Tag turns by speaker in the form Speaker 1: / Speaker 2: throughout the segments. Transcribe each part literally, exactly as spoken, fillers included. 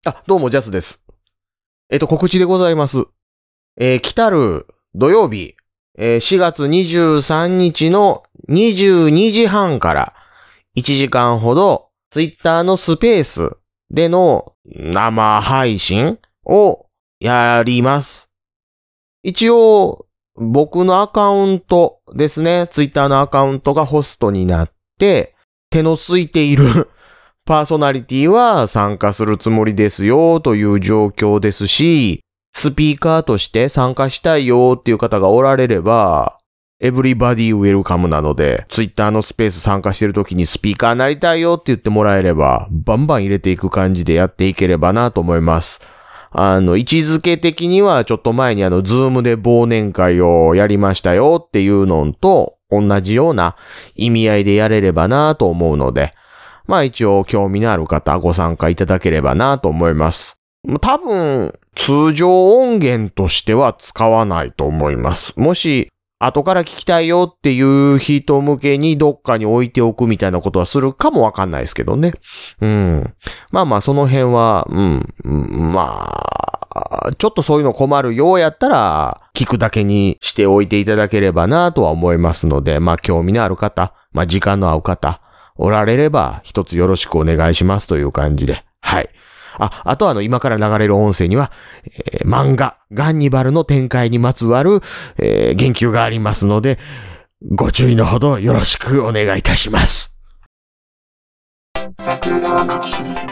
Speaker 1: あ、どうも、ジャスです。えっと、告知でございます。えー、来たる土曜日、えー、しがつにじゅうさんにちのにじゅうにじはんからいちじかんほど、ツイッターのスペースでの生配信をやります。一応、僕のアカウントですね、ツイッターのアカウントがホストになって、手の空いているパーソナリティは参加するつもりですよという状況ですし、スピーカーとして参加したいよっていう方がおられれば、Everybody Welcome なので、ツイッターのスペース参加してる時にスピーカーになりたいよって言ってもらえれば、バンバン入れていく感じでやっていければなと思います。あの、位置づけ的にはちょっと前にあの、ズームで忘年会をやりましたよっていうのと同じような意味合いでやれればなと思うので、まあ一応興味のある方ご参加いただければなと思います。多分通常音源としては使わないと思います。もし後から聞きたいよっていう人向けにどっかに置いておくみたいなことはするかもわかんないですけどね。うん。まあまあその辺は、うん、まあ、ちょっとそういうの困るようやったら聞くだけにしておいていただければなとは思いますので、まあ興味のある方、まあ時間の合う方、おられれば一つよろしくお願いしますという感じで。はい。あ、あとあの今から流れる音声には、えー、漫画ガンニバルの展開にまつわる、えー、言及がありますので、ご注意のほどよろしくお願いいたします。
Speaker 2: 桜川マキシム。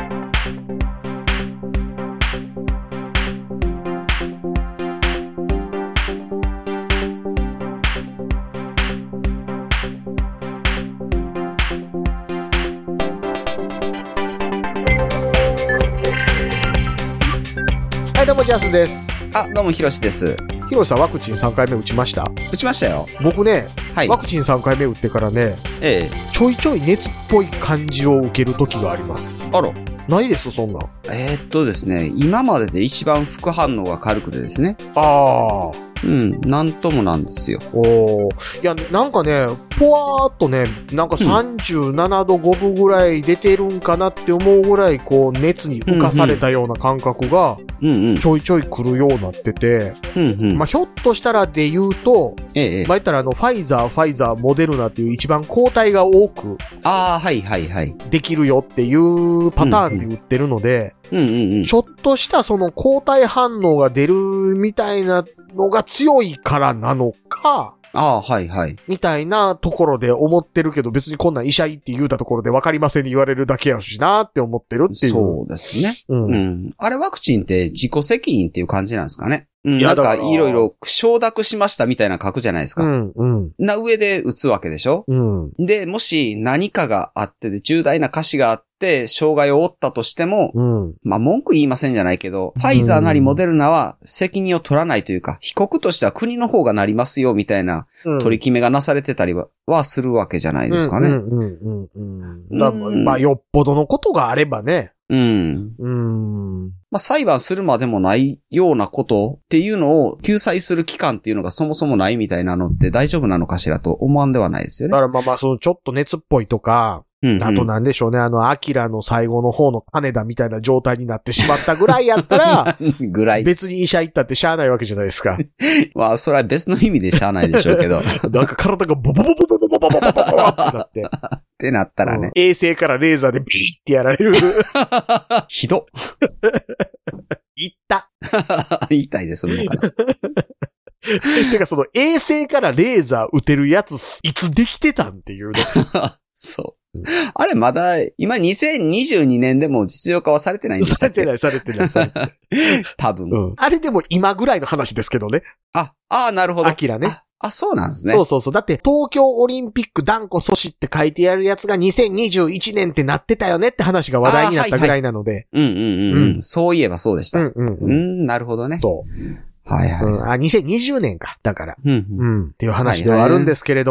Speaker 1: はい、どうもジャスです。
Speaker 3: あ、どうもヒロシです。
Speaker 1: ヒロシさんワクチンさんかいめ打ちました？
Speaker 3: 打ちましたよ。
Speaker 1: 僕ね、
Speaker 3: はい、
Speaker 1: ワクチンさんかいめ打ってからね、
Speaker 3: ええ、
Speaker 1: ちょいちょい熱っぽい感じを受ける時があります。
Speaker 3: あら。
Speaker 1: ないです、そんなん。
Speaker 3: えー、っとですね、今までで一番副反応が軽くてですね。
Speaker 1: ああ。
Speaker 3: うん、なんともなんですよ。
Speaker 1: おー。いや、なんかね、ぽわーっとね、なんかさんじゅうななどごぶぐらい出てるんかなって思うぐらい、こう、熱に浮かされたような感覚が、ちょいちょい来るようになってて、
Speaker 3: うんうん、
Speaker 1: まあ、ひょっとしたらで言うと、
Speaker 3: ええ、
Speaker 1: まあ、言ったらあの、ファイザー、ファイザー、モデルナっていう一番抗体が多く、
Speaker 3: ああ、はいはいはい。
Speaker 1: できるよっていうパターンで売ってるので、
Speaker 3: うんうんうん、
Speaker 1: ちょっとしたその抗体反応が出るみたいなのが強いからなのか、
Speaker 3: ああ、はいはい。
Speaker 1: みたいなところで思ってるけど、別にこんなん医者行って言うたところで分かりませんに言われるだけやしなって思ってるっていう。
Speaker 3: そうですね。うん。うん、あれワクチンって自己責任っていう感じなんですかね。うん、なんかいろいろ承諾しましたみたいな書くじゃないですか。うんうん。な上で打つわけでしょ。うん。で、もし何かがあってで重大な瑕疵があって障害を負ったとしても、うん、まあ文句言いませんじゃないけど、ファイザーなりモデルナは責任を取らないというか、被告としては国の方がなりますよみたいな取り決めがなされてたりは、はするわけじゃないですかね。うんうんうん
Speaker 1: うん。うん、まあよっぽどのことがあればね。
Speaker 3: うん。うん。まあ、裁判するまでもないようなことっていうのを救済する期間っていうのがそもそもないみたいなのって大丈夫なのかしらと思わんではないですよね。
Speaker 1: だからまあまあ、そのちょっと熱っぽいとか、うんうん、あとなんでしょうね、あの、アキラの最後の方の金田みたいな状態になってしまったぐらいやったら、
Speaker 3: ぐらい。
Speaker 1: 別に医者行ったってしゃあないわけじゃないですか。
Speaker 3: まあ、それは別の意味でしゃあないでしょうけど。
Speaker 1: なんか体がボボボボボボボボボボボボってなって。
Speaker 3: ってなったらね、
Speaker 1: うん。衛星からレーザーでビーってやられる。
Speaker 3: ひど。
Speaker 1: いった。
Speaker 3: 痛いですもんかな。
Speaker 1: てかその衛星からレーザー撃てるやつ、いつできてたんっていうね。
Speaker 3: そう。あれまだ、今にせんにじゅうにねんでも実用化はされてないんでしたっけ？
Speaker 1: されてない、されてない、されてない。
Speaker 3: 多分、
Speaker 1: うん。あれでも今ぐらいの話ですけどね。
Speaker 3: あ、ああ、なるほど。
Speaker 1: アキラね。
Speaker 3: あ、そうなんですね。
Speaker 1: そうそうそう。だって、東京オリンピック断固阻止って書いてあるやつがにせんにじゅういちねんってなってたよねって話が話題になったぐらいなので。
Speaker 3: はいはい、うんうんうん。うん、そういえばそうでした。うんうん、うん。うん、なるほどね。
Speaker 1: そう。
Speaker 3: はいはい。
Speaker 1: うん、あ、にせんにじゅうねんか。だから。うん、うん。うん。っていう話ではあるんですけれども、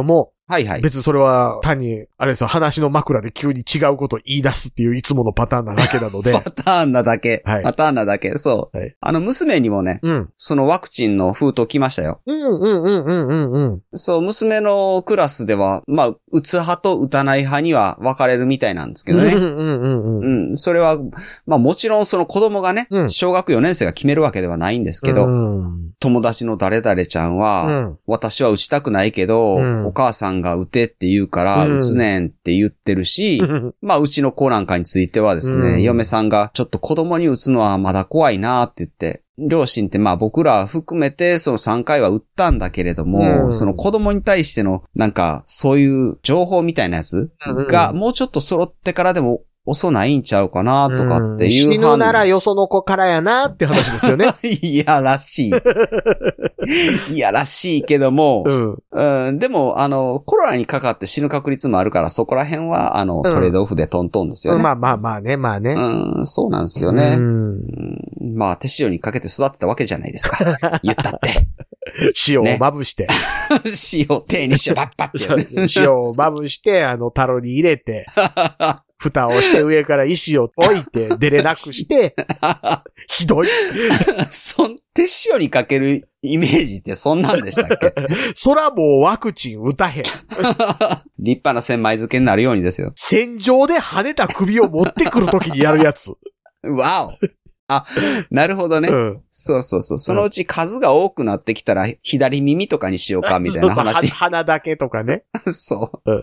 Speaker 3: はいはい。
Speaker 1: 別にそれは単に、あれですよ、話の枕で急に違うことを言い出すっていういつものパターンなだけなので。
Speaker 3: パターンなだけ。はい。パターンなだけ。そう。はい、あの、娘にもね、うん、そのワクチンの封筒来ましたよ。
Speaker 1: うんうんうんうんうんうん。
Speaker 3: そう、娘のクラスでは、まあ、打つ派と打たない派には分かれるみたいなんですけどね。うんうんうんうん。うん。それは、まあもちろんその子供がね、うん、小学よねん生が決めるわけではないんですけど、うん、友達の誰々ちゃんは、うん、私は打ちたくないけど、うん、お母さんが打てって言うから、打つねんって言ってるし、うん、まあうちの子なんかについてはですね、うん、嫁さんがちょっと子供に打つのはまだ怖いなって言って、両親ってまあ僕ら含めてそのさんかいは打ったんだけれども、うん、その子供に対してのなんかそういう情報みたいなやつがもうちょっと揃ってからでも遅ないんちゃうかなとかっていう、うん。
Speaker 1: 死ぬならよその子からやなって話ですよね。
Speaker 3: いやらしい。いやらしいけども、うんうん、でも、あの、コロナにかかって死ぬ確率もあるから、そこら辺は、あの、トレードオフでトントンですよね。
Speaker 1: うん、まあまあまあね、まあね。
Speaker 3: うん、そうなんですよね。うん、まあ、手塩にかけて育ってたわけじゃないですか。言ったって。
Speaker 1: 塩をまぶして。ね、
Speaker 3: 塩、手に塩バッバッって、ね。
Speaker 1: 塩をまぶして、あの、タロに入れて。蓋をして上から石を置いて出れなくして、ひどい。
Speaker 3: そん、手塩にかけるイメージってそんなんでしたっけ？
Speaker 1: そらもうワクチン打たへん。立
Speaker 3: 派な千枚漬けになるようにですよ。
Speaker 1: 戦場で跳ねた首を持ってくるときにやるやつ。
Speaker 3: わお。あ、なるほどね、うん。そうそうそう。そのうち数が多くなってきたら、左耳とかにしようか、みたいな話。
Speaker 1: 鼻だけとかね。
Speaker 3: そう、うん。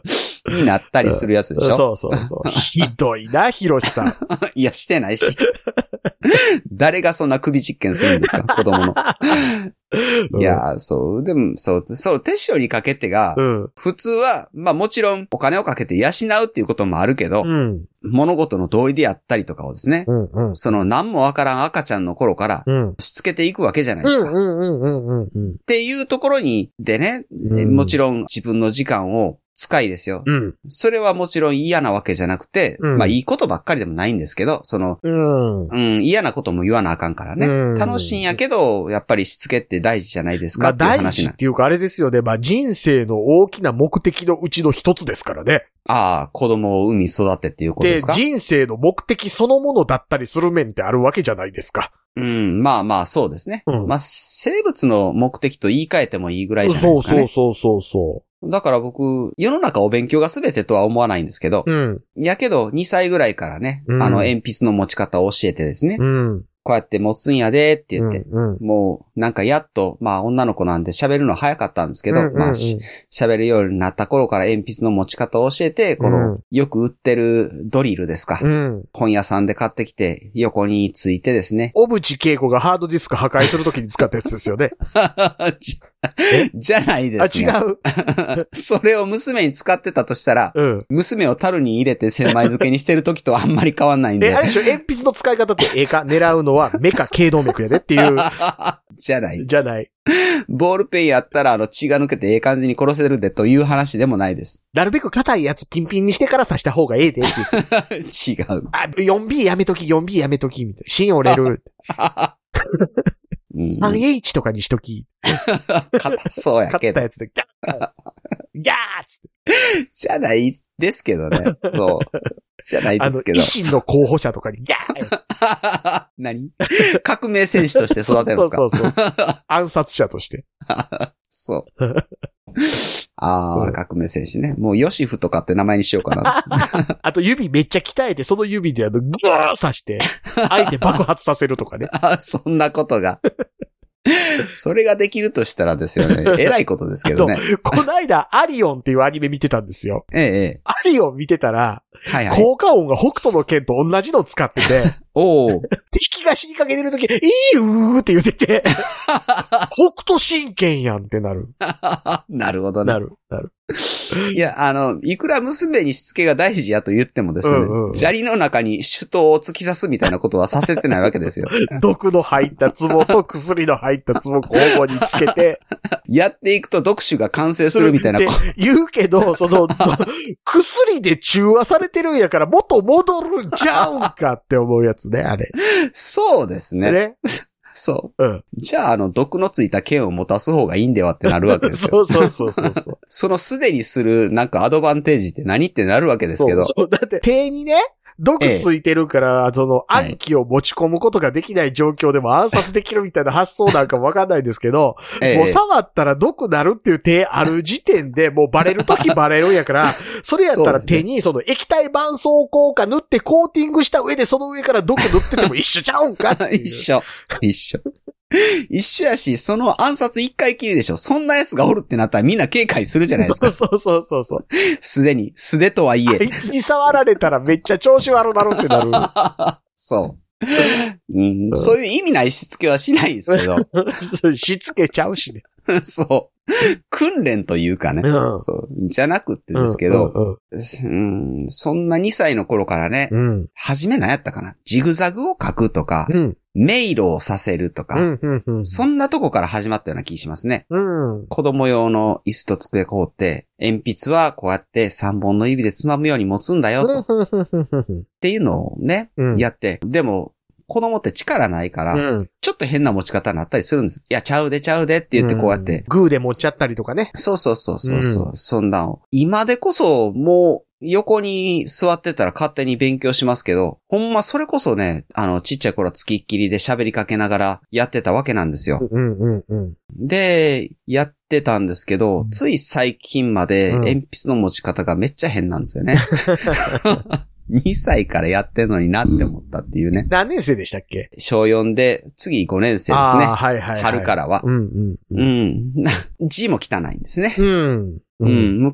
Speaker 3: になったりするやつでしょ、うん、
Speaker 1: そうそうそう。ひどいな、ヒロシさん。
Speaker 3: いや、してないし。誰がそんな首実験するんですか、子供の。いや、そう、でも、そう、そう、手塩にかけてが、うん、普通は、まあもちろんお金をかけて養うっていうこともあるけど、うん、物事の同意であったりとかをですね、うんうん、その何もわからん赤ちゃんの頃からしつけていくわけじゃないですか。っていうところに、でね、うん、もちろん自分の時間を使いですよ、うん。それはもちろん嫌なわけじゃなくて、うん、まあいいことばっかりでもないんですけど、その、うんうん、嫌なことも言わなあかんからね、うん。楽しいんやけど、やっぱりしつけって大事じゃないですかっていう話な。
Speaker 1: まあ大事っていうかあれですよね。まあ人生の大きな目的のうちの一つですからね。
Speaker 3: ああ、子供を産み育てっていうことですか？
Speaker 1: で、人生の目的そのものだったりする面ってあるわけじゃないですか。
Speaker 3: うん、まあまあそうですね。うん、まあ生物の目的と言い換えてもいいぐらいじゃないですかね。
Speaker 1: そうそうそうそう。
Speaker 3: だから僕、世の中お勉強が全てとは思わないんですけど、うん、やけどにさいぐらいからね、うん、あの鉛筆の持ち方を教えてですね、うん、こうやって持つんやでって言って、うんうん、もうなんかやっと、まあ女の子なんで喋るの早かったんですけど、うんうんうん、まあ喋るようになった頃から鉛筆の持ち方を教えて、この、よく売ってるドリルですか、うん、本屋さんで買ってきて横についてですね。
Speaker 1: 小渕恵子がハードディスク破壊するときに使ったやつですよね。
Speaker 3: じゃないですね。
Speaker 1: あ、違う。
Speaker 3: それを娘に使ってたとしたら、うん、娘を樽に入れて千枚漬けにしてるときとあんまり変わんないんで。
Speaker 1: え、あれでしょ、鉛筆の使い方ってええか狙うのは目か頸動脈やでっていう。
Speaker 3: じゃない。
Speaker 1: じゃない。
Speaker 3: ボールペンやったらあの血が抜けてええ感じに殺せるでという話でもないです。
Speaker 1: なるべく硬いやつピンピンにしてから刺した方がええでって
Speaker 3: 言って。違う。
Speaker 1: あ、よんビー やめとき、よんビー やめとき、みたいな。芯折れる。スリーエイチ とかにしとき。
Speaker 3: 硬そうやけど。
Speaker 1: 硬ったやつで、ギャーギャーつ
Speaker 3: って。じゃないですけどね。そう。じゃないですけど。
Speaker 1: あの、維新の候補者とかにギャー
Speaker 3: 何革命戦士として育てるんですか？
Speaker 1: そうそうそう。暗殺者として。
Speaker 3: そう。ああ、うん、革命戦士ね。もうヨシフとかって名前にしようかな。
Speaker 1: あと指めっちゃ鍛えて、その指であの、グーッ刺して、相手爆発させるとかね。
Speaker 3: あ、そんなことが。それができるとしたらですよね。えらいことですけどね。
Speaker 1: この間、アリオンっていうアニメ見てたんですよ。
Speaker 3: ええ。
Speaker 1: アリオン見てたら、はいはい、効果音が北斗の剣と同じの使ってて、
Speaker 3: お
Speaker 1: 敵が死にかけてるとき、いいうーって言ってて、北斗神拳やんってなる。
Speaker 3: なるほどね。
Speaker 1: なる、なる。
Speaker 3: いや、あの、いくら娘にしつけが大事やと言ってもですね、うんうん、砂利の中に手刀を突き刺すみたいなことはさせてないわけですよ。
Speaker 1: 毒の入った壺と薬の入った壺を交互につけて、
Speaker 3: やっていくと毒種が完成するみたいな。
Speaker 1: 言うけど、その、薬で中和されてるんやから元戻るんちゃうんかって思うやつね、あれ。
Speaker 3: そうですね。ねそう。うん。じゃあ、あの、毒のついた剣を持たす方がいいんではってなるわけですよ。
Speaker 1: そうそうそうそうそう。
Speaker 3: そのすでにする、なんかアドバンテージって何ってなるわけですけど。
Speaker 1: そうそう。だって、手にね、毒ついてるから、ええ、その暗器を持ち込むことができない状況でも暗殺できるみたいな発想なんかもわかんないですけど、ええ、もう触ったら毒なるっていう手ある時点でもうバレるときバレるんやから、それやったら手にその液体絆創効果塗ってコーティングした上でその上から毒塗ってても一緒ちゃうんか
Speaker 3: 一緒。一緒。一緒やし、その暗殺一回きりでしょ。そんな奴がおるってなったらみんな警戒するじゃないですか。
Speaker 1: そうそうそうそう。
Speaker 3: すでに、素手とはいえ。
Speaker 1: あいつに触られたらめっちゃ調子悪なるってなる。
Speaker 3: そう、うん。そういう意味ないしつけはしないですけど。
Speaker 1: しつけちゃうしね。
Speaker 3: そう。訓練というかね。うん、そう。じゃなくってですけど、うんうんうん、そんなにさいの頃からね、うん、初め何やったかな、ジグザグを書くとか、うん、迷路をさせるとか、うんうんうん、そんなとこから始まったような気しますね。うん、子供用の椅子と机こうって、鉛筆はこうやってさんぼんの指でつまむように持つんだよと。っていうのをね、うん、やって、でも、子供って力ないから、うん、ちょっと変な持ち方になったりするんです。いや、ちゃうでちゃうでって言ってこうやって。
Speaker 1: うん、グーで持っちゃったりとかね。
Speaker 3: そうそうそうそうそう、うん、そんなんを。今でこそもう横に座ってたら勝手に勉強しますけど、ほんまそれこそね、あの、ちっちゃい頃は付きっきりで喋りかけながらやってたわけなんですよ。うんうんうん、で、やってたんですけど、うん、つい最近まで鉛筆の持ち方がめっちゃ変なんですよね。にさいからやってんのになって思ったっていうね。
Speaker 1: 何年生でしたっけ？
Speaker 3: しょうよんで、次ごねん生ですね。
Speaker 1: あ、はいはいはい、
Speaker 3: 春からは。うんうんうん。うん。字も汚いんですね。うん。うん。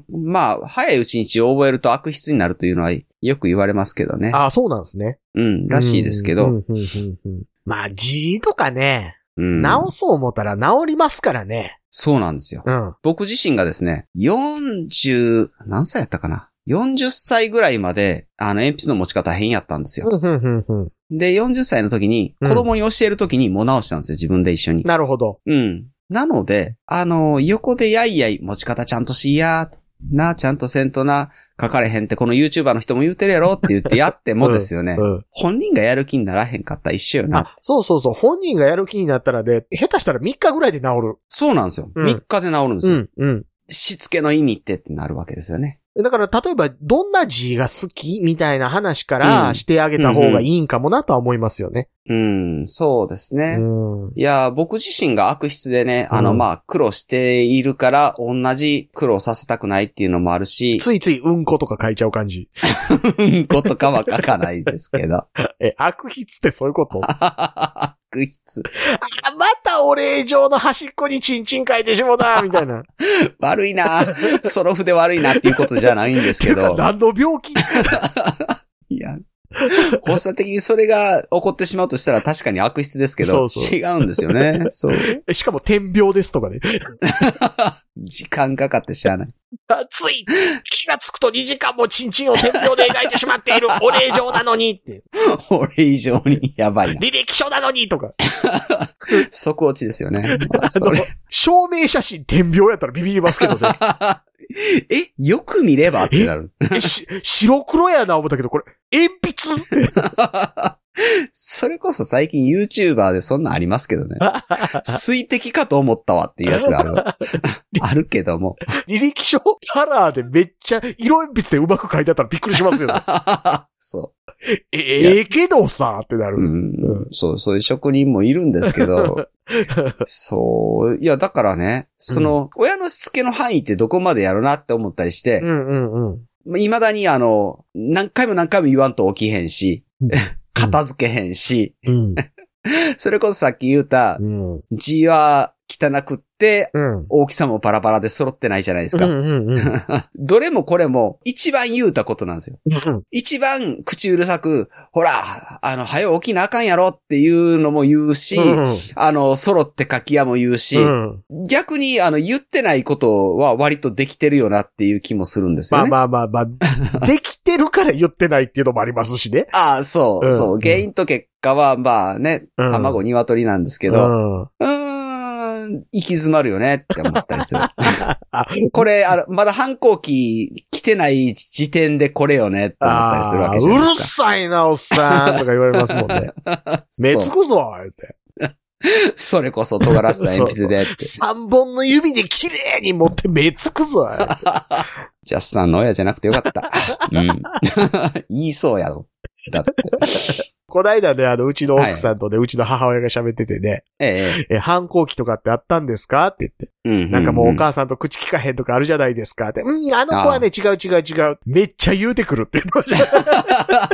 Speaker 3: うん、まあ、早いうちに字を覚えると悪筆になるというのはよく言われますけどね。
Speaker 1: ああ、そうなんですね。
Speaker 3: うん、らしいですけど。うんうんうん
Speaker 1: うん、まあ、字とかね、うん、直そう思ったら直りますからね。
Speaker 3: そうなんですよ。うん、僕自身がですね、よんじゅう、何歳やったかな？よんじゅっさいぐらいまで、あの、鉛筆の持ち方変やったんですよ。で、よんじゅっさいの時に、子供に教える時にもう直したんですよ、自分で一緒に。
Speaker 1: なるほど。
Speaker 3: うん。なので、あの、横でやいやい、持ち方ちゃんとしいや、な、ちゃんとせんとな、書かれへんってこの YouTuber の人も言うてるやろって言ってやってもですよね。うんうん、本人がやる気にならへんかったら一緒よな。
Speaker 1: そうそうそう。本人がやる気になったらで、下手したらみっかぐらいで治る。
Speaker 3: そうなんですよ。うん、みっかで治るんですよ。うんうん、しつけの意味ってってなるわけですよね。
Speaker 1: だから、例えば、どんな字が好きみたいな話からしてあげた方がいいんかもなとは思いますよね。
Speaker 3: うん、うん、そうですね。うん、いや、僕自身が悪筆でね、あの、うん、まあ、苦労しているから、同じ苦労させたくないっていうのもあるし。
Speaker 1: ついついうんことか書いちゃう感じ。
Speaker 3: うんことかは書かないですけど。
Speaker 1: え、悪筆ってそういうこと
Speaker 3: 悪筆。
Speaker 1: あ、またお礼状の端っこにチンチン書いてしもた、みたいな。
Speaker 3: 悪いな。その筆悪いなっていうことじゃないんですけど。
Speaker 1: 何の病気
Speaker 3: いや。発作的にそれが起こってしまうとしたら確かに悪質ですけど、そうそう違うんですよね。そう。
Speaker 1: しかも点描ですとかね。
Speaker 3: 時間かかってしゃあない。
Speaker 1: つい気がつくとにじかんもチンチンを点描で描いてしまっているお礼状なのにって。
Speaker 3: お礼状にやばいな。
Speaker 1: 履歴書なのにとか。
Speaker 3: 即落ちですよね。まあ、それ
Speaker 1: 証明写真点描やったらビビりますけどね。
Speaker 3: え、よく見ればってなる。
Speaker 1: え、し、白黒やな思ったけど、これ、鉛筆って。
Speaker 3: それこそ最近 YouTuber でそんなんありますけどね。水滴かと思ったわっていうやつがある。あるけども。
Speaker 1: 履歴書カラーでめっちゃ色鉛筆でうまく書いてあったらびっくりしますよね。
Speaker 3: そう。
Speaker 1: ええけどさってなる、
Speaker 3: うん。そう、そういう職人もいるんですけど。そう。いや、だからね、その、うん、親のしつけの範囲ってどこまでやるなって思ったりして、うんうんうん。未だにあの、何回も何回も言わんと起きへんし、片付けへんし、うん、それこそさっき言った、うん、字は汚くって、うん、大きさもバラバラで揃ってないじゃないですか。うんうんうん、どれもこれも一番言うたことなんですよ。うん、一番口うるさく、ほら、あの、早起きなあかんやろっていうのも言うし、うん、あの、揃って書きやも言うし、うん、逆にあの、言ってないことは割とできてるよなっていう気もするんですよね。
Speaker 1: まあまあまあまあ、できてるから言ってないっていうのもありますしね。
Speaker 3: ああ、そう、うん、そう。原因と結果はまあね、卵、鶏なんですけど、うん、うーん行き詰まるよねって思ったりする。これ、あの、まだ反抗期来てない時点でこれよねって思ったりするわけじゃないですか。
Speaker 1: うるさいな、おっさんとか言われますもんね。目つくぞ、言って。
Speaker 3: それこそ尖らせた鉛筆でって。
Speaker 1: 三本の指で綺麗に持って目つくぞ。
Speaker 3: ジャスさんの親じゃなくてよかった。うん。言いそうやろ。だって。
Speaker 1: こないだね、あの、うちの奥さんとね、はい、うちの母親が喋っててね。ええ。え、反抗期とかってあったんですかって言って。うんうんうん。なんかもうお母さんと口聞かへんとかあるじゃないですかって。うん、あの子はね、違う違う違う。めっちゃ言うてくるって言ってました。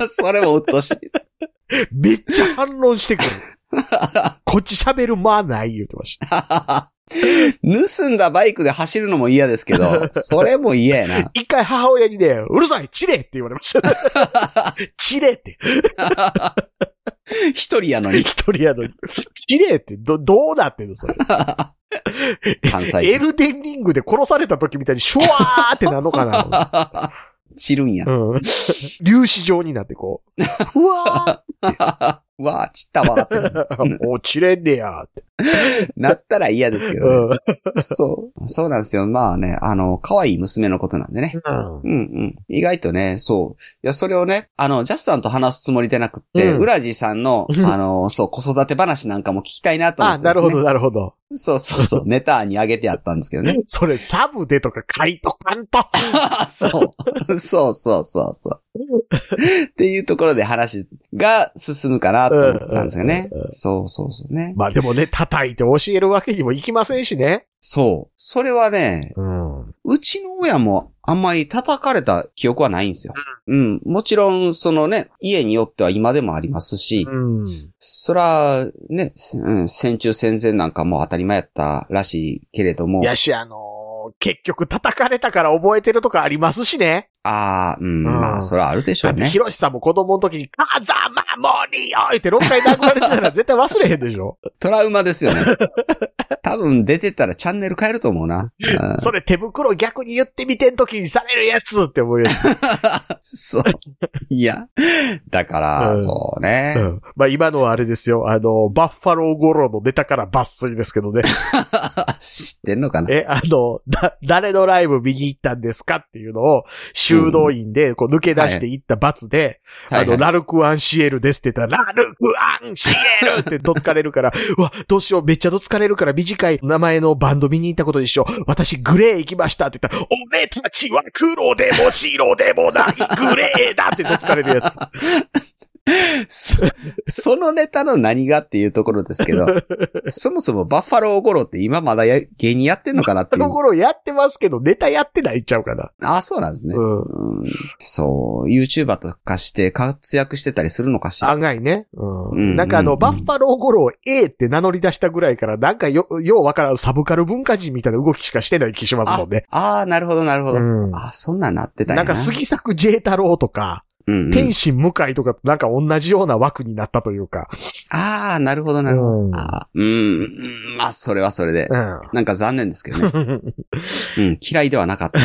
Speaker 3: それもうっとしい。
Speaker 1: めっちゃ反論してくる。こっち喋る間ない言ってました。
Speaker 3: 盗んだバイクで走るのも嫌ですけど、それも嫌やな。
Speaker 1: 一回母親にね、うるさいチレって言われました。チレって。
Speaker 3: 一人やのに。
Speaker 1: 一人やのに。チレってど、どうなってんのそれ。関西人。エルデンリングで殺された時みたいにシュワーってなるのかな。
Speaker 3: 散るんや。うん。
Speaker 1: 粒子状になってこう。ふわー
Speaker 3: うわぁ、散ったわ
Speaker 1: ー。もう散れんねやーって。
Speaker 3: なったら嫌ですけど、ねうん。そう。そうなんですよ。まあね、あの、可愛い娘のことなんでね。うん。うんうん。意外とね、そう。いや、それをね、あの、ジャスさんと話すつもりでなくって、うん、ウラジさんの、あの、そう、子育て話なんかも聞きたいなと思って、ね。あ、
Speaker 1: なるほど、なるほど。
Speaker 3: そうそうそう。ネタに上げてあったんですけどね。
Speaker 1: それ、サブでとか書いとかんと。
Speaker 3: そう。そうそうそうそう。っていうところで話が進むかなと思ったんですよね。そうそうそうね。
Speaker 1: まあでもね、叩いて教えるわけにもいきませんしね。
Speaker 3: そう。それはね、うん、うちの親もあんまり叩かれた記憶はないんですよ。うん。もちろん、そのね、家によっては今でもありますし、うん、そら、ね、うん、戦中戦前なんかも当たり前やったらしいけれども。
Speaker 1: やし、あのー、結局叩かれたから覚えてるとかありますしね。
Speaker 3: ああ、うん、うん、まあ、それはあるでしょうね。
Speaker 1: ヒロシさんも子供の時に、風守りよってろっかい殴られてたら絶対忘れへんでしょ。
Speaker 3: トラウマですよね。多分出てたらチャンネル変えると思うな。
Speaker 1: うん、それ手袋逆に言ってみてん時にされるやつって思うや
Speaker 3: つ。そう。いや。だから、うん、そうね、うん。
Speaker 1: まあ今のはあれですよ。あの、バッファローゴロのネタから抜粋ですけどね。
Speaker 3: 知ってんのかな
Speaker 1: え、あの、だ、誰のライブ見に行ったんですかっていうのを、修道院でこう抜け出していった罰で、はい、あの、はいはい、ラルクアンシエルですって言ったら、ラルクアンシエルってどつかれるから、うわ、どうしよう、めっちゃどつかれるから短い名前のバンド見に行ったことでしょ。私グレー行きましたって言ったら、俺たちは黒でも白でもないグレーだってどつかれるやつ。
Speaker 3: そ, そのネタの何がっていうところですけど、そもそもバッファローゴロって今まだや芸人やってんのかなっていう。
Speaker 1: バッファローゴロやってますけど、ネタやってないっちゃうかな。
Speaker 3: ああ、そうなんですね、うんうん。そう、YouTuber とかして活躍してたりするのかしら。
Speaker 1: 案外ね。うんうん、なんかあの、うん、バッファローゴロを A って名乗り出したぐらいから、なんかよ、ようわからんサブカル文化人みたいな動きしかしてない気しますもんね。
Speaker 3: ああ、なるほどなるほど。うん、ああ、そんなんなってたんやな。
Speaker 1: なんか杉作 J 太郎とか、うんうん、天心向井とかとなんか同じような枠になったというか。
Speaker 3: ああ、なるほどなるほど。うん、あうん、まあ、それはそれで、うん。なんか残念ですけどね。うん、嫌いではなかった。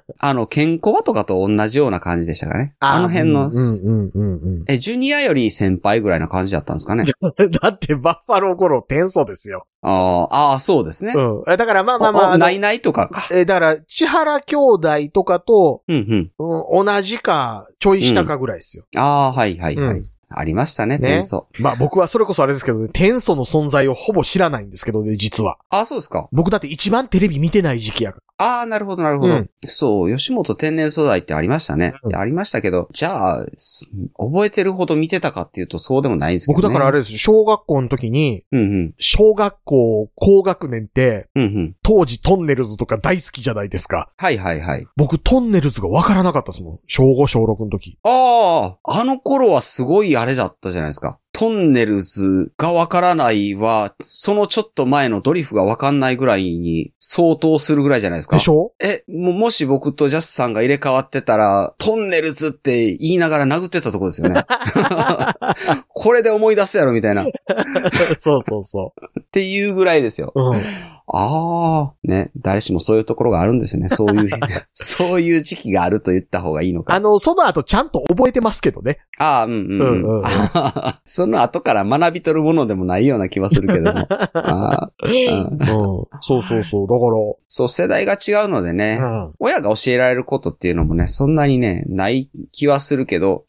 Speaker 3: あの、ケンコバとかと同じような感じでしたかね。あ, あの辺の、うんうんうんうん、え、ジュニアより先輩ぐらいな感じだったんですかね。
Speaker 1: だってバッファローゴロ天素ですよ。
Speaker 3: ああ、ああ、そうですね。
Speaker 1: うん。だからまあまあまあ。
Speaker 3: あないないとかか。
Speaker 1: え、だから、千原兄弟とかと、うんうん、同じか、ちょい下かぐらいですよ。
Speaker 3: うん、ああ、はいはいはい。うん、ありましたね、天素。
Speaker 1: まあ僕はそれこそあれですけどね、天素の存在をほぼ知らないんですけどね、実は。
Speaker 3: ああ、そうですか。
Speaker 1: 僕だって一番テレビ見てない時期やから。
Speaker 3: ああ、なるほど、なるほど、うん。そう、吉本天然素材ってありましたね、うん。ありましたけど、じゃあ、覚えてるほど見てたかっていうとそうでもないんですけどね。僕
Speaker 1: だからあれですよ、小学校の時に、うんうん、小学校高学年って、うんうん、当時トンネルズとか大好きじゃないですか。
Speaker 3: はいはいはい。
Speaker 1: 僕トンネルズがわからなかったですもん。小ご、小ろくの時。
Speaker 3: ああ、あの頃はすごいあれだったじゃないですか。トンネルズがわからないは、そのちょっと前のドリフがわかんないぐらいに相当するぐらいじゃないですか。
Speaker 1: でしょ？
Speaker 3: え、も、もし僕とジャスさんが入れ替わってたら、トンネルズって言いながら殴ってたとこですよね。これで思い出すやろみたいな。
Speaker 1: そうそうそう。
Speaker 3: っていうぐらいですよ。うん、ああ、ね、誰しもそういうところがあるんですよね。そういう、そういう時期があると言った方がいいのか。
Speaker 1: あの、その後ちゃんと覚えてますけどね。
Speaker 3: ああ、うんうん。うんうんうん、その後から学び取るものでもないような気はするけども。あうんうん、
Speaker 1: そうそうそう。だから。
Speaker 3: そう、世代が違うのでね、うん、親が教えられることっていうのもね、そんなにね、ない気はするけど、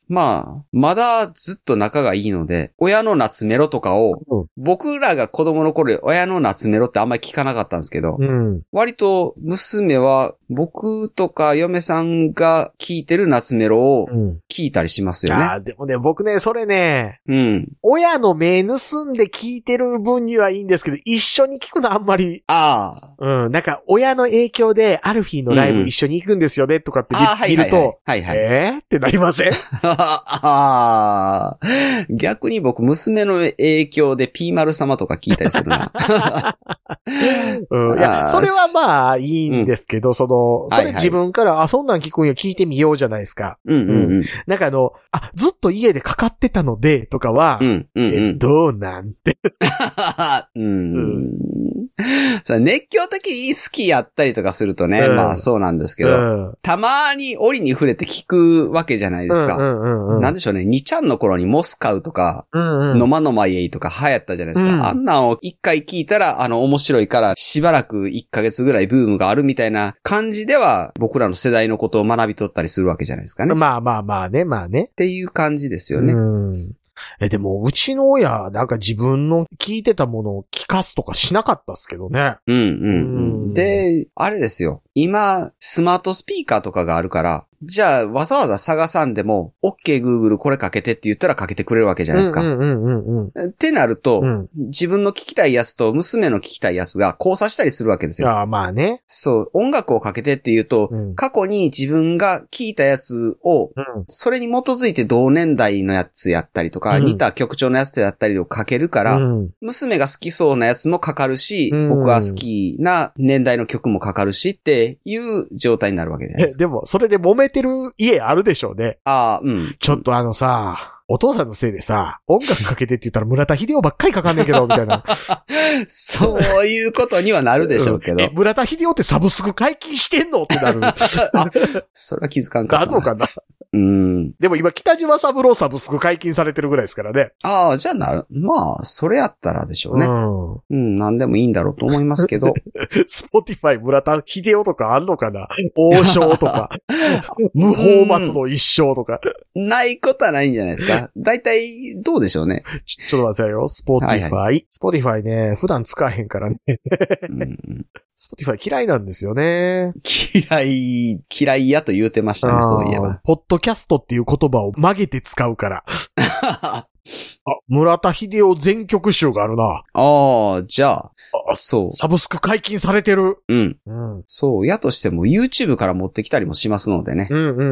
Speaker 3: まあ、まだずっと仲がいいので、親の夏メロとかを、うん、僕らが子供の頃、親の夏メロってあんまり聞かなかったんですけど、うん、割と娘は僕とか嫁さんが聞いてる夏メロを聞いたりしますよね。うん、
Speaker 1: あでもね、僕ね、それね、うん、親の目盗んで聞いてる分にはいいんですけど、一緒に聞くのあんまり、ああ。うん、なんか親の影響でアルフィーのライブ一緒に行くんですよね、とかって見ると、はいはいはい、えーってなりません？
Speaker 3: ああ、逆に僕、娘の影響でピーマル様とか聞いたりするな。
Speaker 1: うん、いや、それはまあいいんですけど、うん、その、それ自分から、はいはい、あ、そんなん聞くんや聞いてみようじゃないですか。うんうんうん。なんかあの、あ、ずっと家でかかってたので、とかは、うんうんうん、え、どうなんて。
Speaker 3: うんうん熱狂的に好きやったりとかするとね、うん、まあそうなんですけど、うん、たまに折に触れて聞くわけじゃないですか。うんうんうんうん、なんでしょうね、にちゃんの頃にモスカウとか、うんうん、ノマノマイエイとか流行ったじゃないですか。うん、あんなんを一回聞いたら、あの面白いからしばらくいっかげつぐらいブームがあるみたいな感じでは、僕らの世代のことを学び取ったりするわけじゃないですかね。
Speaker 1: まあまあまあね、まあね。
Speaker 3: っていう感じですよね。うん
Speaker 1: え、でも、うちの親、なんか自分の聞いてたものを聞かすとかしなかったっすけどね。
Speaker 3: うんうんうん。で、あれですよ。今、スマートスピーカーとかがあるから、じゃあ、わざわざ探さんでも、OK Google これかけてって言ったらかけてくれるわけじゃないですか。うんうんうんうん。ってなると、うん、自分の聞きたいやつと娘の聞きたいやつが交差したりするわけですよ。
Speaker 1: ああ、まあね。
Speaker 3: そう、音楽をかけてって言うと、うん、過去に自分が聞いたやつを、うん、それに基づいて同年代のやつやったりとか、うん、似た曲調のやつやったりをかけるから、うん、娘が好きそうなやつもかかるし、うん、僕は好きな年代の曲もかかるしっていう状態になるわけじゃないですか。
Speaker 1: でも、それで揉めてる家あるでしょうね。
Speaker 3: ああ、うん。
Speaker 1: ちょっとあのさ、お父さんのせいでさ、音楽かけてって言ったら村田秀夫ばっかりかかんねんけど、みたいな。
Speaker 3: そういうことにはなるでしょうけど。うん、え、
Speaker 1: 村田秀夫ってサブスク解禁してんのってなる。あ、
Speaker 3: それは気づかんかったな。
Speaker 1: あるのかな。うん。でも今、北島三郎サブスク解禁されてるぐらいですからね。
Speaker 3: ああ、じゃあなる。まあ、それやったらでしょうね。うん。うん、なんでもいいんだろうと思いますけど。
Speaker 1: スポティファイ村田秀夫とかあんのかな王将とか。無法松の一生とか。
Speaker 3: ないことはないんじゃないですか。だいたい、どうでしょうね。
Speaker 1: ちょ、ちょっと待ってよ。スポティファイ。はいはい、スポティファイね、普段使えへんからね。うん、スポティファイ嫌いなんですよね。
Speaker 3: 嫌い、嫌いやと言うてましたね、そういえば。
Speaker 1: ポッドキャストっていう言葉を曲げて使うから。あ、村田秀夫全曲集があるな。
Speaker 3: ああ、じゃあ。
Speaker 1: あ、そう。サブスク解禁されてる。
Speaker 3: うん。うん。そう。やとしても YouTube から持ってきたりもしますのでね。うんうんうんうん。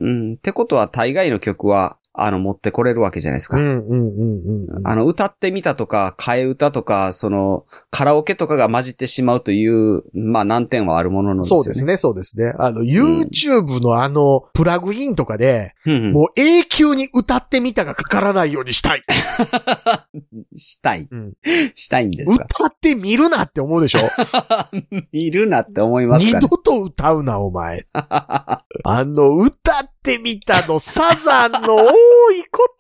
Speaker 3: うん。ってことは大概の曲は、あの、持ってこれるわけじゃないですか。うんうんうんうん。あの、歌ってみたとか、替え歌とか、その、カラオケとかが混じってしまうという、まあ難点はあるものなんですよね。
Speaker 1: そうですね、そうですね。あの、YouTube のあの、プラグインとかで、うん、もう永久に歌ってみたがかからないようにしたい。
Speaker 3: したい、うん。したいんですか？
Speaker 1: 歌ってみるなって思うでしょ？
Speaker 3: 見るなって思いますかね。
Speaker 1: 二度と歌うな、お前。あの、歌ってみたのサザンの多いこと。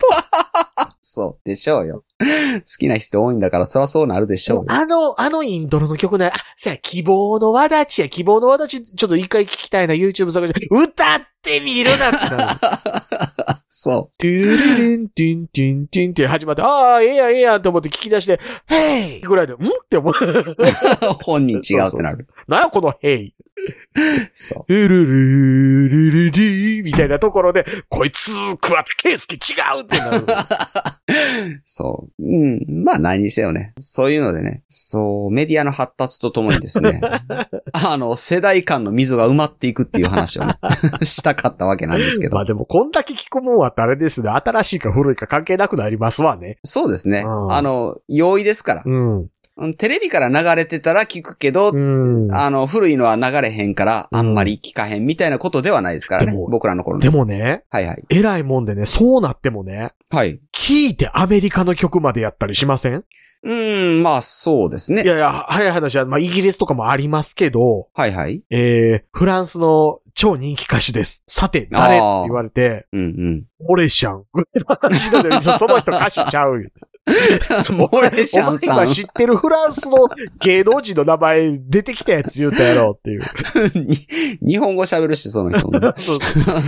Speaker 3: そうでしょうよ。好きな人多いんだからそらそうなるでしょうよ。
Speaker 1: あの、あのイントロの曲ね、あ、さあ、希望の輪立ちや、希望の輪立ち、ちょっと一回聞きたいな、YouTube 探して、歌ってみるなってなる。
Speaker 3: そう。
Speaker 1: トゥルルルン、トゥン、トゥン、トゥンって始まって、ああ、ええやん、ええやんと思って聞き出して、ヘイぐらいで、んって思う。
Speaker 3: 本人違うってなる。
Speaker 1: なんやこのヘイ。
Speaker 3: そう。
Speaker 1: ルルルルルルみたいなところで、こいつ、桑田佳祐違うってなる。
Speaker 3: そう。うん。まあ何にせよね。そういうのでね。そう、メディアの発達とともにですね。あの、世代間の溝が埋まっていくっていう話をね、したかったわけなんですけど。
Speaker 1: まあでも、こんだけ聞くもんはあれですね。新しいか古いか関係なくなりますわね。
Speaker 3: そうですね。うん、あの、容易ですから。うん。テレビから流れてたら聞くけど、うん、あの、古いのは流れへんから、あんまり聞かへんみたいなことではないですからね。僕らの頃の。
Speaker 1: でもね。
Speaker 3: はいはい。
Speaker 1: 偉いもんでね、そうなってもね。
Speaker 3: はい。
Speaker 1: 聞いてアメリカの曲までやったりしません？
Speaker 3: うーん、まあそうですね。
Speaker 1: いやいや、早い話は、まあイギリスとかもありますけど。
Speaker 3: はいはい。
Speaker 1: えー、フランスの超人気歌手です。さて、誰って言われて。
Speaker 3: うんうん。
Speaker 1: 俺シャン。ぐらいの話だよ。その人歌手ちゃうよ。
Speaker 3: モレシャンさん。
Speaker 1: 今知ってるフランスの芸能人の名前出てきたやつ言うたやろっていう。
Speaker 3: 日本語喋るし、その人も。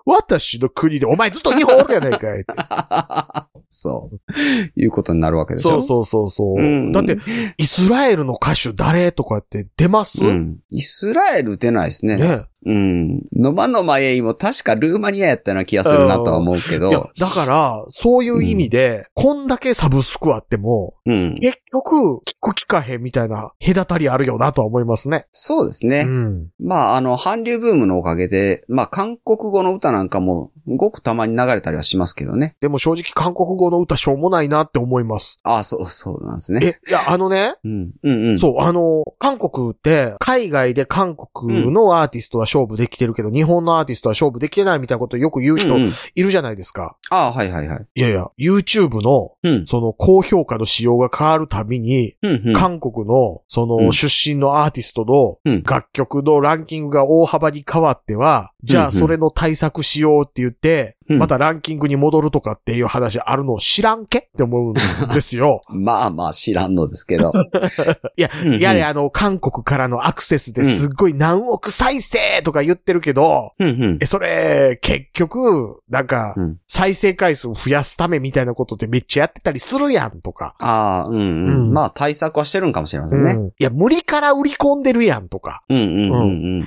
Speaker 1: 私の国で、お前ずっと日本おるやないかいって。
Speaker 3: そう。いうことになるわけでしょ。
Speaker 1: そうそうそうそう、うん。だって、イスラエルの歌手誰とかって出ます、うん、
Speaker 3: イスラエル出ないですね。ね。うん。ノマノマエイも確かルーマニアやったような気がするなとは思うけど。いや、
Speaker 1: だから、そういう意味で、うん、こんだけサブスクあっても、うん、結局、聞く聞かへんみたいな隔たりあるよなとは思いますね。
Speaker 3: そうですね。うん、まあ、あの、韓流ブームのおかげで、まあ、韓国語の歌なんかも、ごくたまに流れたりはしますけどね。
Speaker 1: でも正直韓国語の歌しょうもないなって思います。
Speaker 3: ああ、そう、そうなんですね。
Speaker 1: え、いや、あのね、うん、うんうん。そう、あの、韓国って、海外で韓国のアーティストは勝負できてるけど、うん、日本のアーティストは勝負できてないみたいなことをよく言う人いるじゃないですか。うんうん、
Speaker 3: ああ、はいはいはい。
Speaker 1: いやいや、YouTube の、うん、その高評価の仕様が変わるたびに、うんうん、韓国の、その、出身のアーティストの楽曲のランキングが大幅に変わっては、うん、じゃあそれの対策しようって言って、うん、またランキングに戻るとかっていう話あるのを知らんけって思うんですよ。
Speaker 3: まあまあ知らんのですけど。
Speaker 1: いや、うんうん、やれあの、韓国からのアクセスですっごい何億再生とか言ってるけど、うんうん、え、それ、結局、なんか、再生回数を増やすためみたいなことってめっちゃやってたりするやんとか。
Speaker 3: ああ、うん、うん、うん。まあ対策はしてるんかもしれませんね。うん、
Speaker 1: いや、無理から売り込んでるやんとか。うんうんうんうん、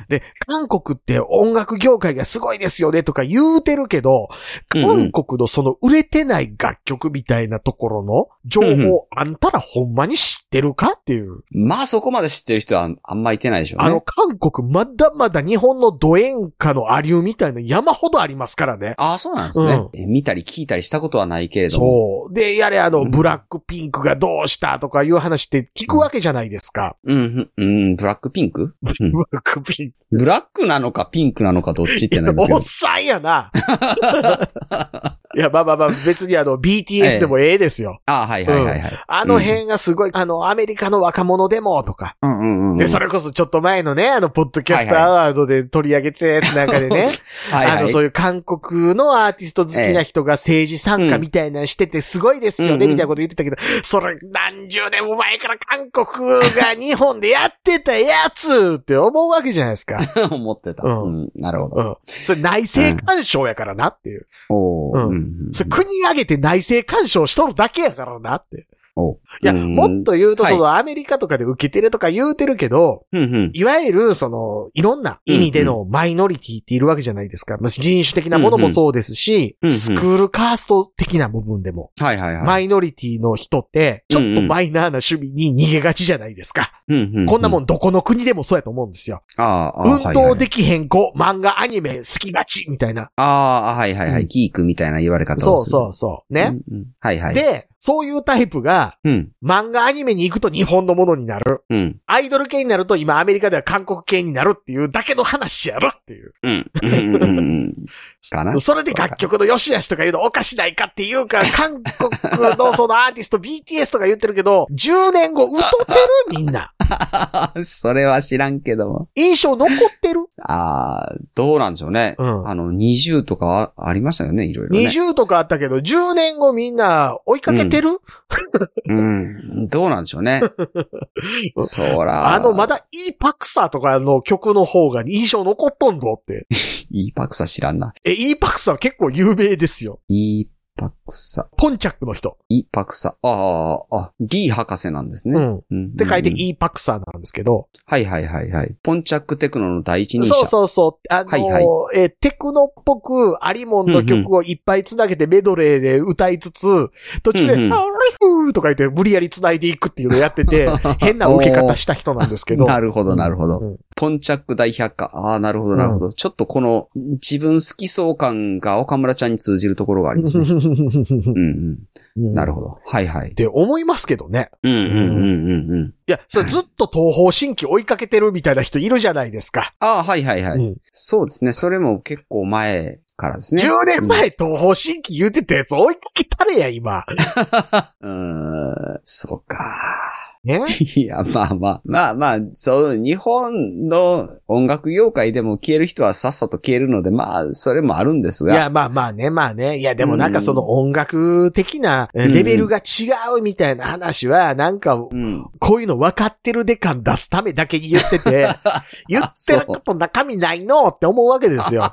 Speaker 1: で、韓国って音楽業界がすごいですよねとか言うてるけど、韓国のその売れてない楽曲みたいなところの情報、うんうん、あんたらほんまに知ってるかっていう。
Speaker 3: まあそこまで知ってる人はあんまいてないでしょうね。
Speaker 1: あの韓国まだまだ日本のド演歌のアリューみたいな山ほどありますからね。
Speaker 3: ああ、そうなんですね、うんえ。見たり聞いたりしたことはないけれど
Speaker 1: も。そう。で、やれあの、うん、ブラックピンクがどうしたとかいう話って聞くわけじゃないですか。
Speaker 3: うん、うん、うん、ブラックピンク、うん、ブラックピンク。ブラックなのかピンクなのかどっちってなりますけど。
Speaker 1: おっさんやな。いや、まあまあまあ、別にあの、ビーティーエス でもええですよ。
Speaker 3: ああ、はいはいはいはい、うん。
Speaker 1: あの辺がすごい、あの、アメリカの若者でも、とか。うんうんうん。で、それこそちょっと前のね、あの、ポッドキャストアワードで取り上げてたやつなんかでね。はいはい、あの、そういう韓国のアーティスト好きな人が政治参加みたいなのしててすごいですよね、うん、みたいなこと言ってたけど、それ何十年も前から韓国が日本でやってたやつって思うわけじゃないですか。
Speaker 3: 思ってた。うん。うん、なるほど。うん。
Speaker 1: それ内政干渉やからなっていう。うん、おー。うん。それ国挙げて内政干渉しとるだけやからなって。いや、もっと言うと、そのアメリカとかで受けてるとか言うてるけど、はい、いわゆる、その、いろんな意味でのマイノリティっているわけじゃないですか。うんうん、人種的なものもそうですし、うんうん、スクールカースト的な部分でも、はいはいはい、マイノリティの人って、ちょっとマイナーな趣味に逃げがちじゃないですか。うんうんうん、こんなもんどこの国でもそうやと思うんですよ。ああ運動できへん子、はいはい、漫画、アニメ好きがちみたいな。
Speaker 3: ああ、はいはいはい。ギークみたいな言われ方をする。
Speaker 1: そうそうそう。ね、うんうん。はいはい。で、そういうタイプが、うん、漫画アニメに行くと日本のものになる。うん、アイドル系になると今アメリカでは韓国系になるっていうだけの話やろっていう。うん。うんうんかなそれで楽曲の良し悪しとか言うのおかしないかっていうか、韓国のそのアーティスト ビーティーエス とか言ってるけど、じゅうねんご歌ってるみんな。
Speaker 3: それは知らんけども。
Speaker 1: 印象残ってる
Speaker 3: ああ、どうなんでしょうね。うん、あの、にじゅうとかありましたよね、いろいろ、ね。
Speaker 1: にじゅうとかあったけど、じゅうねんごみんな追いかけてる、
Speaker 3: うん、うん。どうなんでしょうね。そら。
Speaker 1: あの、まだ イーパクサーとかの曲の方が印象残っとんぞって。
Speaker 3: イーパクサー知らんな。
Speaker 1: え、イーパクサー結構有名ですよ。
Speaker 3: イーパクサ。
Speaker 1: ポンチャックの人。
Speaker 3: イーパクサ。ああ、あ、リー博士なんですね。うん。
Speaker 1: うん、って書いてイーパクサなんですけど。
Speaker 3: はいはいはいはい。ポンチャックテクノの第一人者。
Speaker 1: そうそうそう。あのー、はいはい、え、テクノっぽくアリモンの曲をいっぱい繋げてメドレーで歌いつつ、うんうん、途中で、うんうん、あれふーとか言って無理やり繋いでいくっていうのをやってて、変な受け方した人なんですけど。
Speaker 3: なるほどなるほど。うん、ポンチャック大百科。ああ、なるほどなるほど、うん。ちょっとこの自分好きそう感が岡村ちゃんに通じるところがありますね。うんうんうん、なるほど。はいはい。
Speaker 1: って思いますけどね。
Speaker 3: うんうんうんうんうん。
Speaker 1: いや、それずっと東方神起追いかけてるみたいな人いるじゃないですか。
Speaker 3: ああ、はいはいはい、うん。そうですね。それも結構前からですね。
Speaker 1: じゅうねんまえ東方神起言うてたやつ追いかけたれや、今。
Speaker 3: うーん、そうか。ね、いや、まあまあ、まあまあ、そう、日本の音楽業界でも消える人はさっさと消えるので、まあ、それもあるんですが。
Speaker 1: いや、まあまあね、まあね。いや、でもなんかその音楽的なレベルが違うみたいな話は、なんか、こういうの分かってるで感出すためだけに言ってて、言ってること中身ないのって思うわけですよ。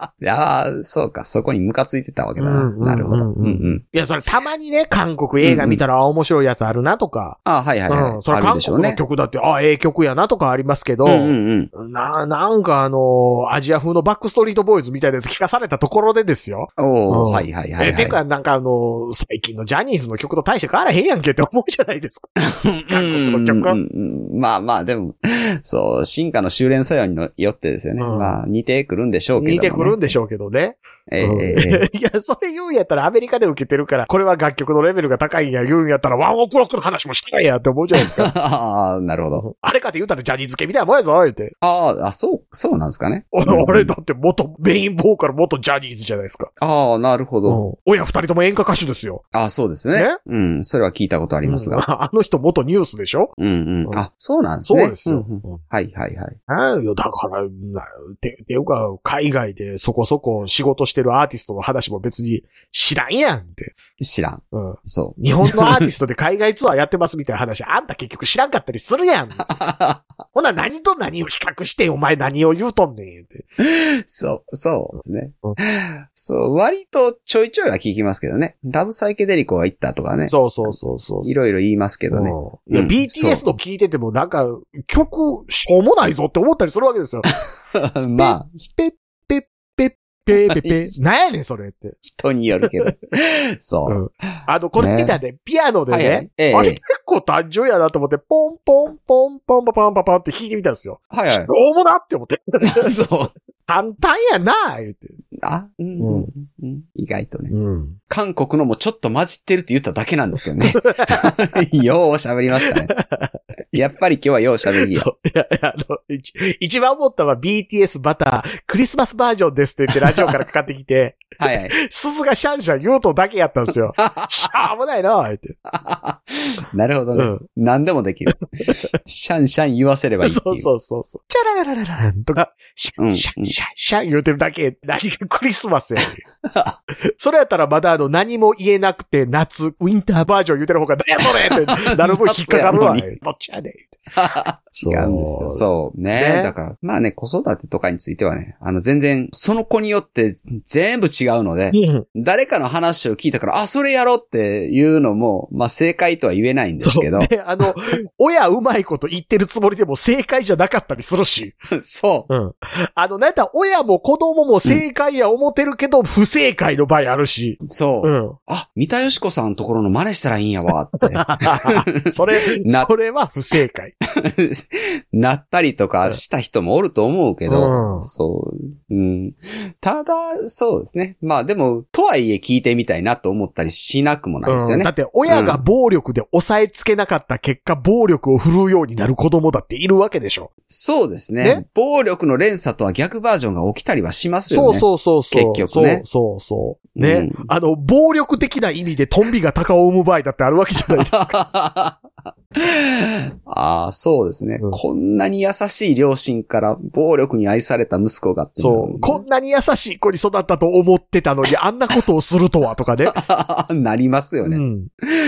Speaker 3: いやー、そうか、そこにムカついてたわけだな。うんうんうんうん、なるほど。うんうん。
Speaker 1: いや、それたまにね、韓国映画見たら、うんうん、面白いやつあるなとか。
Speaker 3: あはいはいはい。
Speaker 1: うん。それ韓国の曲だって、あ、ええ曲やなとかありますけど、うんうんうん、な、なんかあの、アジア風のバックストリートボーイズみたいなやつ聞かされたところでですよ。
Speaker 3: おー、うん、はいはいはい、はい。
Speaker 1: え、てか、なんかあの、最近のジャニーズの曲と大して変わらへんやんけって思うじゃないですか。韓国の曲。
Speaker 3: うんうん、まあまあ、でも、そう、進化の修練作用によってですよね。うん、まあ、似てくるんでしょうけど、ね。
Speaker 1: 似てくるんでしょうけどね。
Speaker 3: ええ
Speaker 1: ー、いや、それ言うんやったらアメリカで受けてるから、これは楽曲のレベルが高いんや言うんやったら、ワンオクロックの話もしたいやって思うじゃないですか。
Speaker 3: ああ、なるほど。
Speaker 1: あれかって言うたらジャニーズ系みたいなもんやぞ、言うて。
Speaker 3: ああ、そう、そうなんですかね。
Speaker 1: 俺だって元、メインボーカル元ジャニーズじゃないですか。
Speaker 3: ああ、なるほど。
Speaker 1: うん、親二人とも演歌歌手ですよ。
Speaker 3: ああ、そうですね。ね、うん、それは聞いたことありますが。
Speaker 1: うん、あの人元ニュースでしょ。
Speaker 3: うんうん。あ、そうなんですね。
Speaker 1: そうですよ。
Speaker 3: うんうん、はいはいはい。
Speaker 1: あいや、だから、て、ていうか、海外でそこそこ仕事してるアーティストの話も別に知らんやんって。
Speaker 3: 知らん。うん。そう。
Speaker 1: 日本のアーティストで海外ツアーやってますみたいな話、あんた結局知らんかったりするやん。ほな、何と何を比較して、お前何を言うとんねんって。
Speaker 3: そう、そうですね。うん、そう、割とちょいちょいは聞きますけどね。ラブサイケデリコが言ったとかね。
Speaker 1: そうそうそうそう。
Speaker 3: いろいろ言いますけどね。
Speaker 1: うん、いや、うん、ビーティーエス の聞いててもなんか、曲、しょうもないぞって思ったりするわけですよ。
Speaker 3: まあ。
Speaker 1: ペッペッペッペーペペ。なんやねん、それって。
Speaker 3: 人によるけど。そう、うん。
Speaker 1: あの、これ見たね、ピアノでね、はい
Speaker 3: ええ、
Speaker 1: あれ結構単純やなと思って、ポンポンポンポンパパンパパンって弾いてみたんですよ。
Speaker 3: はいはい。
Speaker 1: しょうもなって思って。
Speaker 3: そう。
Speaker 1: 簡単やな言って。
Speaker 3: あ、うんうんうん、意外とね、うん。韓国のもちょっと混じってるって言っただけなんですけどね。よう喋りましたね。やっぱり今日はよう喋りや。
Speaker 1: そう。いや、いや、あの、一、一番思ったのは ビーティーエス バター、クリスマスバージョンですって言ってラジオからかかってきて、
Speaker 3: はいはい。
Speaker 1: 鈴がシャンシャン言うとだけやったんですよ。しゃーもないな言って。
Speaker 3: なるほどね、うん。何でもできる。シャンシャン言わせればいいっていう。
Speaker 1: そうそうそうそう。チャララララランとか、シャンシャンシャンシャン言うてるだけ、何がクリスマスやねん。それやったらまだあの何も言えなくて夏、ウィンターバージョン言うてる方が何やそれってなる分引っかかるわ。どっちやねん。
Speaker 3: 違うんですよ。そうね。ねだから、まあね、子育てとかについてはね、あの全然、その子によって全部違うので、うん、誰かの話を聞いたから、あ、それやろうっていうのも、まあ正解とは言えないんですけど。
Speaker 1: そう。で、あの、親うまいこと言ってるつもりでも正解じゃなかったりするし。
Speaker 3: そう。
Speaker 1: うん。あの、なんやったら親も子供も正解や思ってるけど、うん、不正解の場合あるし。
Speaker 3: そう。うん。あ、三田よし子さんのところの真似したらいいんやわ、って。
Speaker 1: それ、それは不正解。
Speaker 3: なったりとかした人もおると思うけど、うん、そう、うん。ただ、そうですね。まあでも、とはいえ聞いてみたいなと思ったりしなくもないですよね。うん、
Speaker 1: だって親が暴力で抑えつけなかった結果、うん、暴力を振るうようになる子供だっているわけでしょ。
Speaker 3: そうですね。ね、暴力の連鎖とは逆バージョンが起きたりはしますよね。
Speaker 1: そうそうそうそう。
Speaker 3: 結局ね。
Speaker 1: そうそうそう。ね、うん。あの、暴力的な意味でトンビが鷹を生む場合だってあるわけじゃないですか。
Speaker 3: ああ、そうですね、うん。こんなに優しい両親から暴力に愛された息子がって、ね。
Speaker 1: そう。こんなに優しい子に育ったと思ってたのに、あんなことをするとはとかね。
Speaker 3: なりますよね。うん、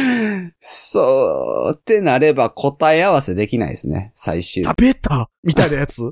Speaker 3: そうってなれば答え合わせできないですね、最終。
Speaker 1: 食べたみたいなやつ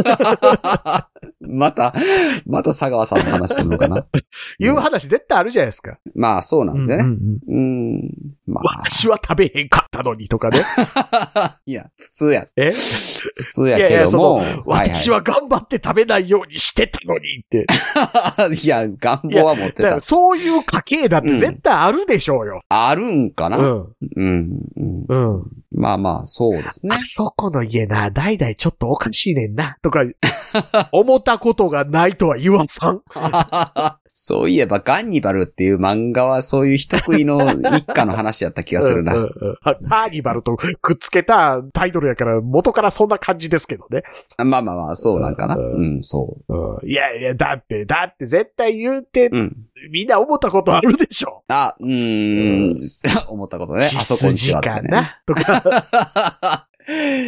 Speaker 3: また、また佐川さんの話するのかな
Speaker 1: いう話絶対あるじゃないですか。
Speaker 3: まあそうなんですね。うん、うんうん、まあ、
Speaker 1: 私は食べへんかったのにとかね。
Speaker 3: いや、普通や。
Speaker 1: え
Speaker 3: 普通やけども。
Speaker 1: いやいや私は頑張って食べないようにしてたのにって。
Speaker 3: いや、願望は持ってた。
Speaker 1: そういう家系だって絶対あるでしょうよ。うん、
Speaker 3: あるんかな、うん、うん。うん。うん。まあまあ、そうですね。
Speaker 1: あそこの家な、代々ちょっとおかしいねんな、とか、思ったことがないとは言わんさん。
Speaker 3: そういえばガンニバルっていう漫画はそういう人食いの一家の話やった気がするな。うんうんうん、
Speaker 1: カーニバルとくっつけたタイトルやから元からそんな感じですけどね。
Speaker 3: まあまあまあ、そうなんかな。うん、うん、そう、
Speaker 1: うん。いやいや、だって、だって絶対言うて、うん、みんな思ったことあるでしょ。
Speaker 3: あ、うーん、思ったことね。あそこに違ってね。
Speaker 1: かなとか。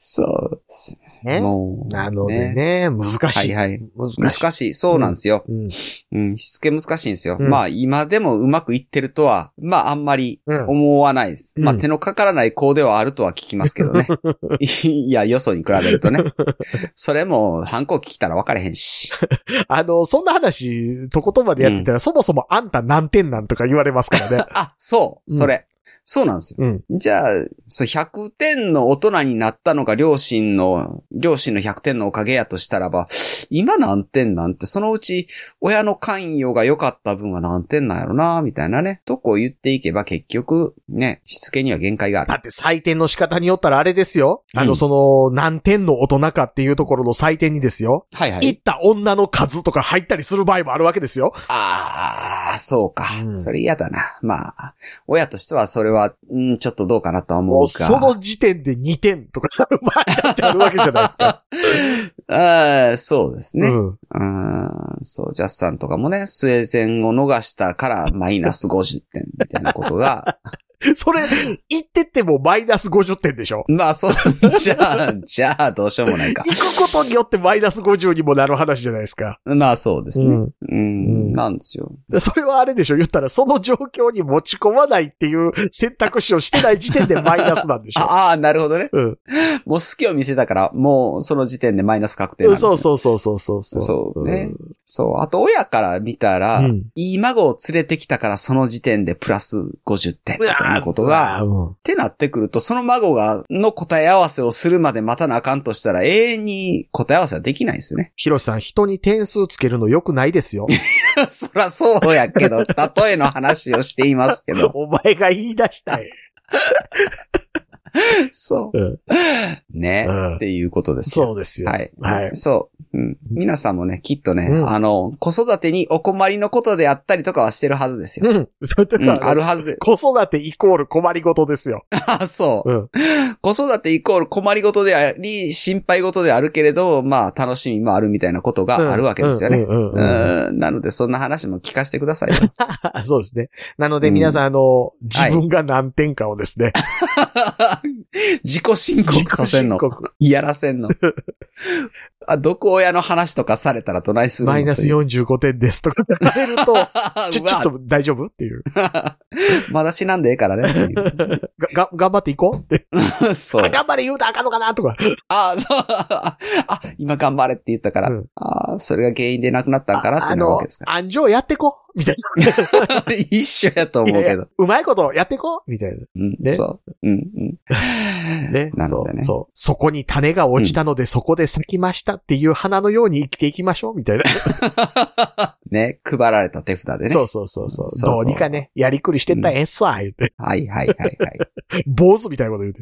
Speaker 3: そうです
Speaker 1: ね。もう。なのでね、難しい。
Speaker 3: はいはい。難しい。難しい。そうなんですよ。うん。うん、しつけ難しいんですよ。うん、まあ、今でもうまくいってるとは、まあ、あんまり思わないです。うん、まあ、手のかからない子ではあるとは聞きますけどね。いや、よそに比べるとね。それも、反抗期来たら分かれへんし。
Speaker 1: あの、そんな話、とことまでやってたら、うん、そもそもあんた何点なんとか言われますからね。
Speaker 3: あ、そう、それ。うんそうなんですよ。うん、じゃあ、そう、ひゃくてんの大人になったのが両親の、両親のひゃくてんのおかげやとしたらば、今何点なんて、そのうち親の関与が良かった分は何点なんやろな、みたいなね。とこう言っていけば結局、ね、しつけには限界がある。
Speaker 1: だって採点の仕方によったらあれですよ。あの、うん、その、何点の大人かっていうところの採点にですよ。はいはい。行った女の数とか入ったりする場合もあるわけですよ。
Speaker 3: ああ、そうか。うん、それ嫌だな。まあ、親としてはそれは、うん、ちょっとどうかなとは思うか。
Speaker 1: その時点でにてんとかある場合だってあるわけじゃないですか。
Speaker 3: ああ、そうですね。うん、うんそう、ジャスさんとかもね、スウェーデンを逃したからマイナスごじゅってんみたいなことが。
Speaker 1: それ、言ってってもマイナスごじゅってんでしょ？
Speaker 3: まあそう、じゃあ、じゃあどうしようもないか。
Speaker 1: 行くことによってマイナスごじゅうにもなる話じゃないですか。
Speaker 3: まあそうですね。うん。うん、なんですよ。
Speaker 1: それはあれでしょ？言ったらその状況に持ち込まないっていう選択肢をしてない時点でマイナスなんでしょ？
Speaker 3: ああ、なるほどね。うん。もう好きを見せたから、もうその時点でマイナス確定なんだ。
Speaker 1: そうそうそうそうそう。
Speaker 3: そうね。うん、そう。あと親から見たら、うん、いい孫を連れてきたからその時点でプラスごじゅってんみたいなことが、うん、ってなってくると、その孫が、の答え合わせをするまで待たなあかんとしたら、永遠に答え合わせはできないですよね。
Speaker 1: ヒロシさん、人に点数つけるの良くないですよ。
Speaker 3: そらそうやけど、例えの話をしていますけど。
Speaker 1: お前が言い出したい。
Speaker 3: そう。うん、ね、うん、っていうことですよ。
Speaker 1: そうですよ。
Speaker 3: はい。はい。そう。うん、皆さんもね、きっとね、うん、あの、子育てにお困りのことであったりとかはしてるはずですよ。うん。
Speaker 1: そういうとこは、うん、あるはずで。子育てイコール困りごとですよ。
Speaker 3: あ、そう、うん。子育てイコール困りごとであり、心配ごとであるけれど、まあ、楽しみもあるみたいなことがあるわけですよね。なので、そんな話も聞かせてくださいよ。
Speaker 1: そうですね。なので、皆さん、あの、自分が何点かをですね。
Speaker 3: はい自己申告させんの。やらせんの。あ、毒親の話とかされたらどないするの？
Speaker 1: マイナスよんじゅうごてんですとか言われると、ちょ、ちょっと大丈夫っていう。
Speaker 3: まだ死なんでええからね。
Speaker 1: が、が、頑張っていこうって。
Speaker 3: そう。
Speaker 1: 頑張れ言うたらあかんのかなとか。
Speaker 3: あ、そう。あ、今頑張れって言ったから。うん、あそれが原因で亡くなったんかなってなるわけですから。
Speaker 1: あの、安城やってこみたい
Speaker 3: な。一緒やと思うけど。
Speaker 1: うまいことやってこみたいな。
Speaker 3: うん、ね、そう。うん、うん。
Speaker 1: ね。なのでね。そう。そこに種が落ちたので、うん、そこで咲きましたっていう花のように生きていきましょうみたいな。
Speaker 3: ね。配られた手札でね。
Speaker 1: そうそうそうそう。そうそうどうにかね、やりくりしてったらええっすわ、言うて。
Speaker 3: はいはいはいはい。
Speaker 1: 坊主みたいなこと言うて。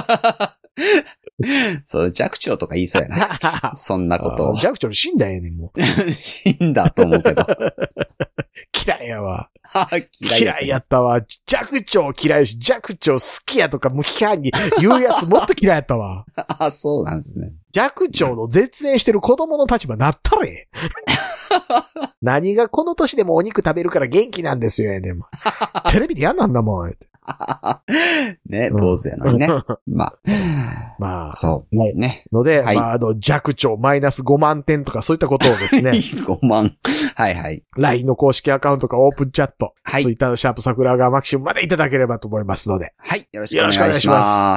Speaker 3: そう、寂聴とか言いそうやな。そんなことを。
Speaker 1: 寂聴死んだんやねん、もう。
Speaker 3: 死んだと思うけど。
Speaker 1: 嫌いやわ。
Speaker 3: 嫌いや。
Speaker 1: 嫌いやったわ。寂聴嫌いやし、寂聴好きやとか無批判に言うやつもっと嫌いやったわ。
Speaker 3: あ、そうなんですね。
Speaker 1: 寂聴の絶縁してる子供の立場なったれ。何がこの年でもお肉食べるから元気なんですよ、でも。テレビでやんなんだもん。
Speaker 3: ね、坊主やのにね。まあ。
Speaker 1: まあ。
Speaker 3: そう。ね。
Speaker 1: ので、はい、まあ、あの、寂聴マイナスごまんてんとかそういったことをですね。
Speaker 3: ごまん。はいはい。
Speaker 1: ライン の公式アカウントかオープンチャット。はい。ツイッターのシャープ桜川マキシムまでいただければと思いますので。
Speaker 3: はい。よろしくお願いします。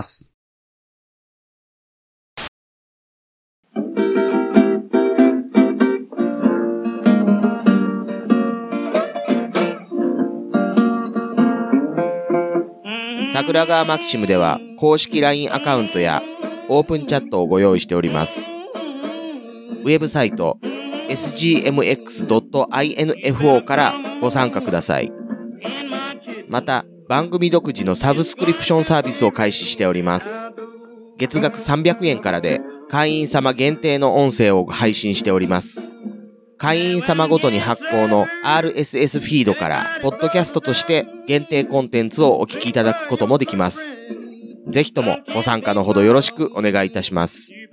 Speaker 1: 桜川マキシムでは公式 ライン アカウントやオープンチャットをご用意しております。ウェブサイト エスジーエムエックスドットアイエヌエフオー からご参加ください。また番組独自のサブスクリプションサービスを開始しております。月額さんびゃくえんからで会員様限定の音声を配信しております。会員様ごとに発行の アールエスエス フィードからポッドキャストとして限定コンテンツをお聞きいただくこともできます。ぜひともご参加のほどよろしくお願いいたします。